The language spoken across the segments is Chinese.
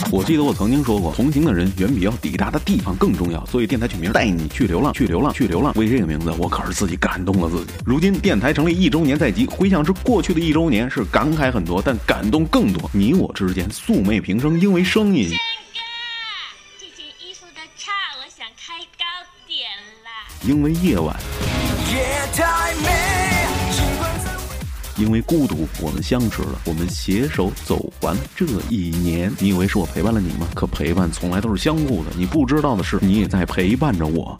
我记得我曾经说过，同行的人远比要抵达的地方更重要，所以电台取名带你去流浪，去流浪，去流浪。为这个名字，我可是自己感动了自己。如今电台成立1周年在即，回想至过去的1周年，是感慨很多，但感动更多。你我之间素昧平生，因为声音。 这件衣服的叉，我想开高点啦。 因为夜晚。 夜太美。 因为孤独，我们相识了，我们携手走完这1年。你以为是我陪伴了你吗？可陪伴从来都是相互的，你不知道的是，你也在陪伴着我。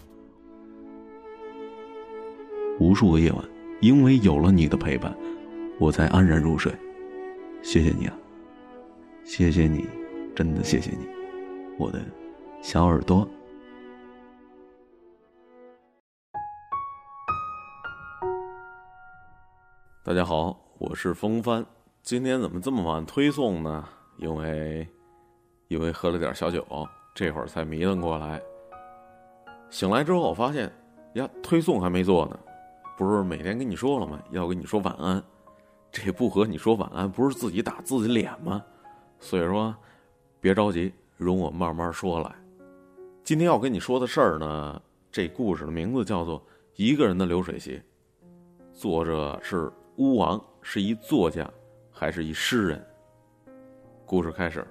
无数个夜晚，因为有了你的陪伴，我才安然入睡。谢谢你啊，谢谢你，真的谢谢你，我的小耳朵。大家好，我是风帆。今天怎么这么晚推送呢？因为喝了点小酒，这会儿才迷瞪过来。醒来之后我发现呀，推送还没做呢。不是每天跟你说了吗？要跟你说晚安，这不和你说晚安不是自己打自己脸吗？所以说别着急，容我慢慢说来。今天要跟你说的事儿呢，这故事的名字叫做《一个人的流水席》，作者是巫王，是一作家还是一诗人？故事开始。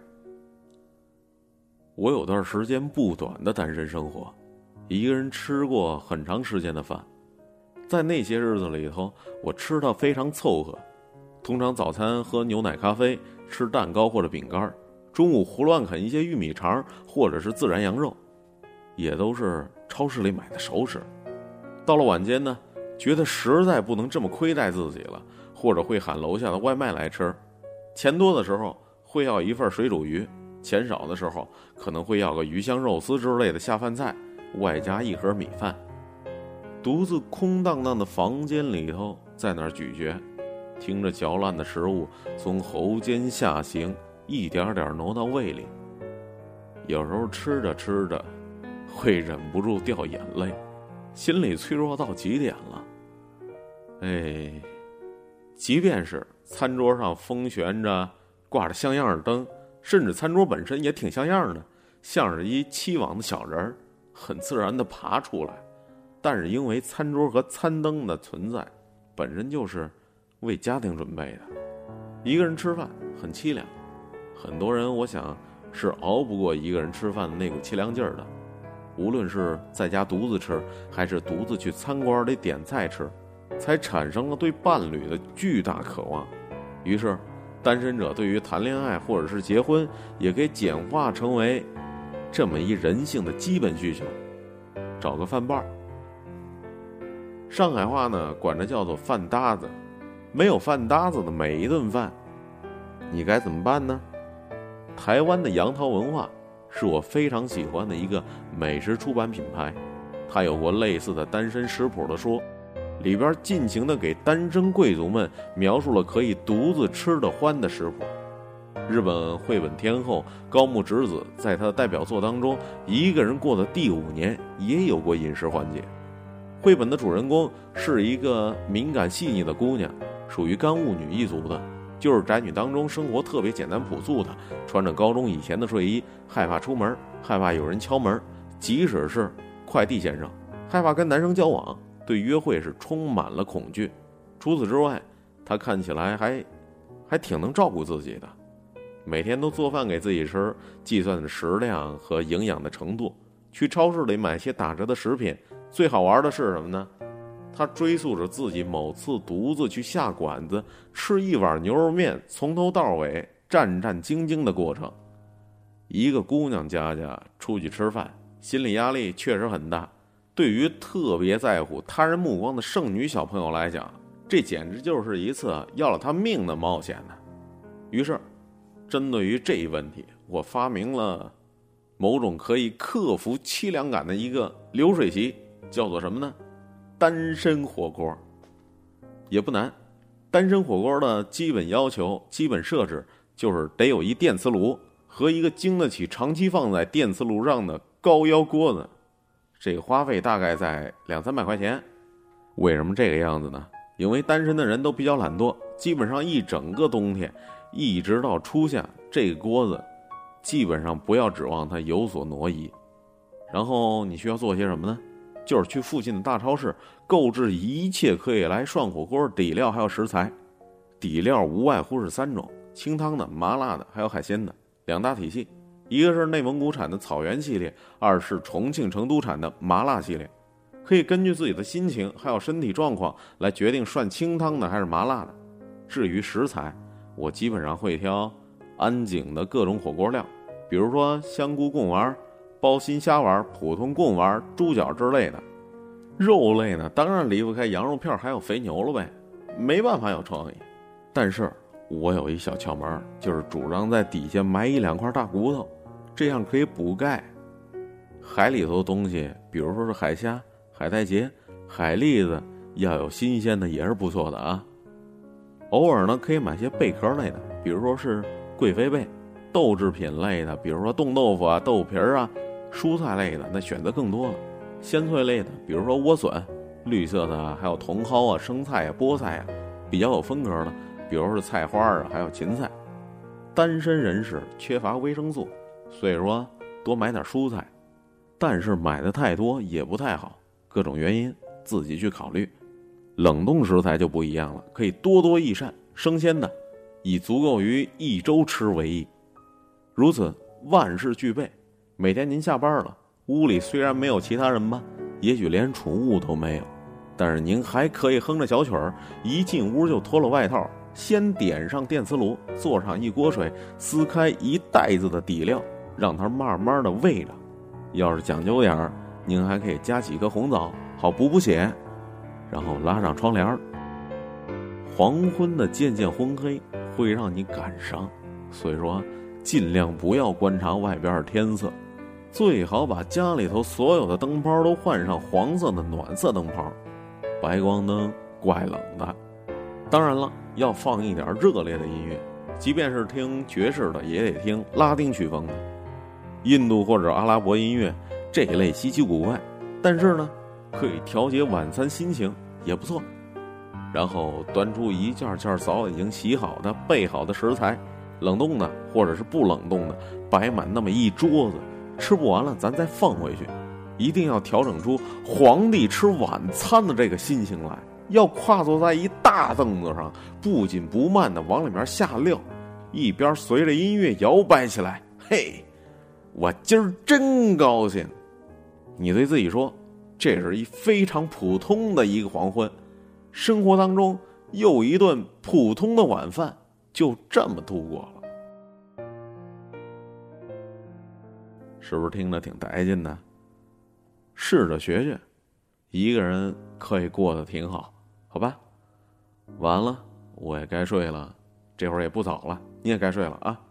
我有段时间不短的单身生活，一个人吃过很长时间的饭。在那些日子里头，我吃得非常凑合，通常早餐喝牛奶咖啡，吃蛋糕或者饼干，中午胡乱啃一些玉米肠或者是孜然羊肉，也都是超市里买的熟食。到了晚间呢，觉得实在不能这么亏待自己了，或者会喊楼下的外卖来吃。钱多的时候会要一份水煮鱼，钱少的时候可能会要个鱼香肉丝之类的下饭菜，外加一盒米饭。独自空荡荡的房间里头，在那儿咀嚼，听着嚼烂的食物从喉间下行，一点点挪到胃里。有时候吃着吃着会忍不住掉眼泪，心里脆弱到极点了。即便是餐桌上风悬着挂着像样的灯，甚至餐桌本身也挺像样的，像是一7网的小人，很自然地爬出来。但是因为餐桌和餐灯的存在本身就是为家庭准备的，一个人吃饭很凄凉。很多人我想是熬不过一个人吃饭的那股凄凉劲儿的，无论是在家独自吃，还是独自去餐馆里点菜吃，才产生了对伴侣的巨大渴望。于是单身者对于谈恋爱或者是结婚也给简化成为这么一人性的基本需求，找个饭伴。上海话呢管这叫做饭搭子，没有饭搭子的每一顿饭你该怎么办呢？台湾的杨桃文化是我非常喜欢的一个美食出版品牌，它有过类似的单身食谱的书，里边尽情地给单身贵族们描述了可以独自吃得欢的食谱。日本绘本天后高木直子在她的代表作当中，一个人过的第5年也有过饮食环节。绘本的主人公是一个敏感细腻的姑娘，属于干物女一族的，就是宅女当中生活特别简单朴素的，穿着高中以前的睡衣，害怕出门，害怕有人敲门，即使是快递先生，害怕跟男生交往，对约会是充满了恐惧。除此之外，她看起来还挺能照顾自己的，每天都做饭给自己吃，计算着食量和营养的程度，去超市里买些打折的食品。最好玩的是什么呢？他追溯着自己某次独自去下馆子吃一碗牛肉面，从头到尾战战兢兢的过程。一个姑娘家出去吃饭，心理压力确实很大，对于特别在乎他人目光的剩女小朋友来讲，这简直就是一次要了他命的冒险呢。于是针对于这一问题，我发明了某种可以克服凄凉感的一个流水席，叫做什么呢？单身火锅。也不难，单身火锅的基本要求、基本设置就是得有一电磁炉和一个经得起长期放在电磁炉上的高腰锅子，这个花费大概在200-300块钱。为什么这个样子呢？因为单身的人都比较懒惰，基本上一整个冬天一直到初夏，这个锅子基本上不要指望它有所挪移。然后你需要做些什么呢？就是去附近的大超市购置一切可以来涮火锅底料还有食材。底料无外乎是3种，清汤的、麻辣的还有海鲜的，2大体系，一个是内蒙古产的草原系列，二是重庆成都产的麻辣系列。可以根据自己的心情还有身体状况来决定涮清汤的还是麻辣的。至于食材，我基本上会挑安井的各种火锅料，比如说香菇贡丸、包心虾丸、普通贡丸、猪脚之类的。肉类呢，当然离不开羊肉片还有肥牛了呗，没办法有创意。但是我有一小窍门，就是主张在底下埋1-2块大骨头，这样可以补钙。海里头的东西，比如说是海虾、海带结、海蛎子，要有新鲜的也是不错的啊。偶尔呢，可以买些贝壳类的，比如说是贵妃贝；豆制品类的，比如说冻豆腐啊、豆皮啊；蔬菜类的，那选择更多了。鲜脆类的，比如说莴笋，绿色的还有茼蒿啊、生菜啊、菠菜啊；比较有风格的，比如说是菜花啊，还有芹菜。单身人士缺乏维生素，所以说多买点蔬菜，但是买的太多也不太好，各种原因自己去考虑。冷冻食材就不一样了，可以多多益善，生鲜的以足够于1周吃为宜。如此万事俱备，每天您下班了，屋里虽然没有其他人吧，也许连宠物都没有，但是您还可以哼着小曲儿，一进屋就脱了外套，先点上电磁炉，做上1锅水，撕开1袋子的底料，让它慢慢的煨着。要是讲究点，您还可以加几颗红枣，好补血。然后拉上窗帘。黄昏的渐渐昏黑会让你感伤，所以说尽量不要观察外边的天色，最好把家里头所有的灯泡都换上黄色的暖色灯泡，白光灯怪冷的。当然了，要放一点热烈的音乐，即便是听爵士的也得听拉丁曲风的。印度或者阿拉伯音乐这一类稀奇古怪，但是呢可以调节晚餐心情，也不错。然后端出一件件早已经洗好的备好的食材，冷冻的或者是不冷冻的，摆满那么一桌子，吃不完了咱再放回去。一定要调整出皇帝吃晚餐的这个心情来，要跨坐在一大凳子上，不紧不慢的往里面下料，一边随着音乐摇摆起来。嘿，我今儿真高兴。你对自己说，这是一非常普通的一个黄昏，生活当中又一顿普通的晚饭就这么度过了。是不是听着挺带劲的？试着学学，一个人可以过得挺好，好吧？完了，我也该睡了，这会儿也不早了，你也该睡了啊。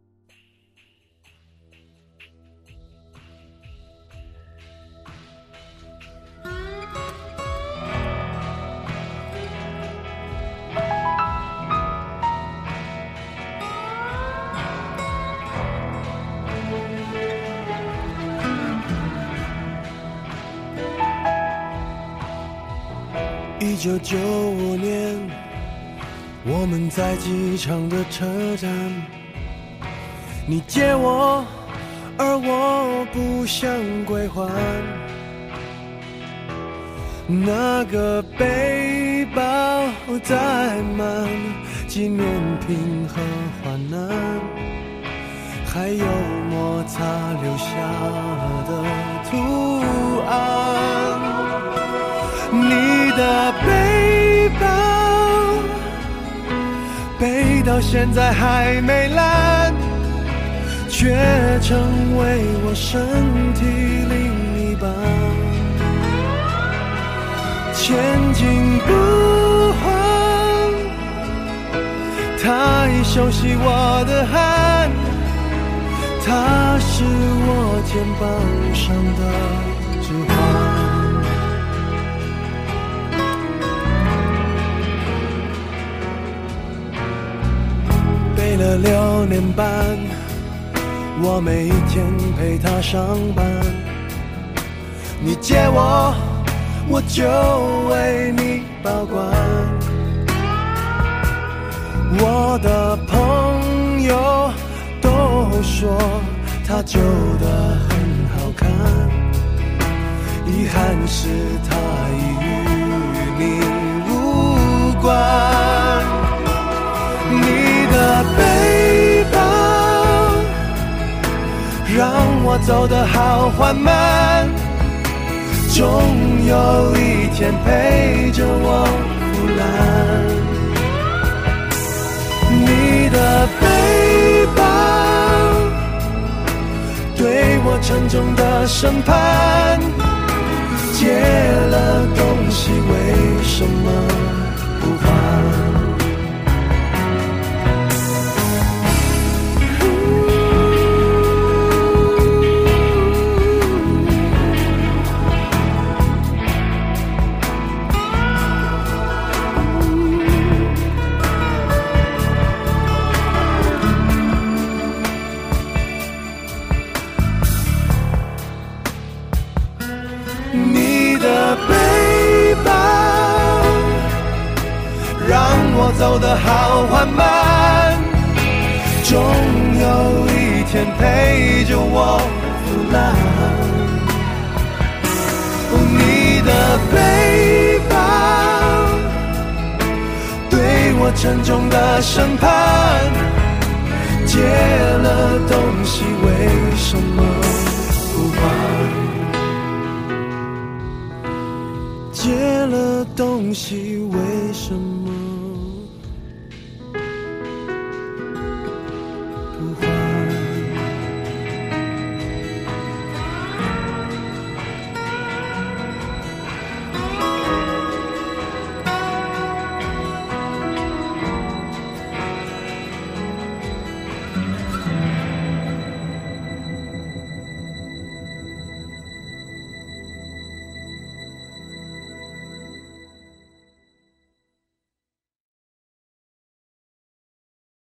1995年，我们在机场的车站，你借我，而我不想归还。那个背包载满纪念品和患难，还有摩擦留下的图案。你的背包背到现在还没烂，却成为我身体另一半。前进不换，太熟悉我的汗，它是我肩膀上的指环。背了6年半，我每一天陪他上班。你借我，我就为你保管。我的朋友都说说他旧得很好看，遗憾是他已与你无关。你的背包让我走得好缓慢，终有一天陪着我腐烂。你的背包对我沉重的审判，借了东西为什么不还？走得好缓慢，终有一天陪着我腐烂。你的背包对我沉重的审判，借了东西为什么不还？借了东西为什么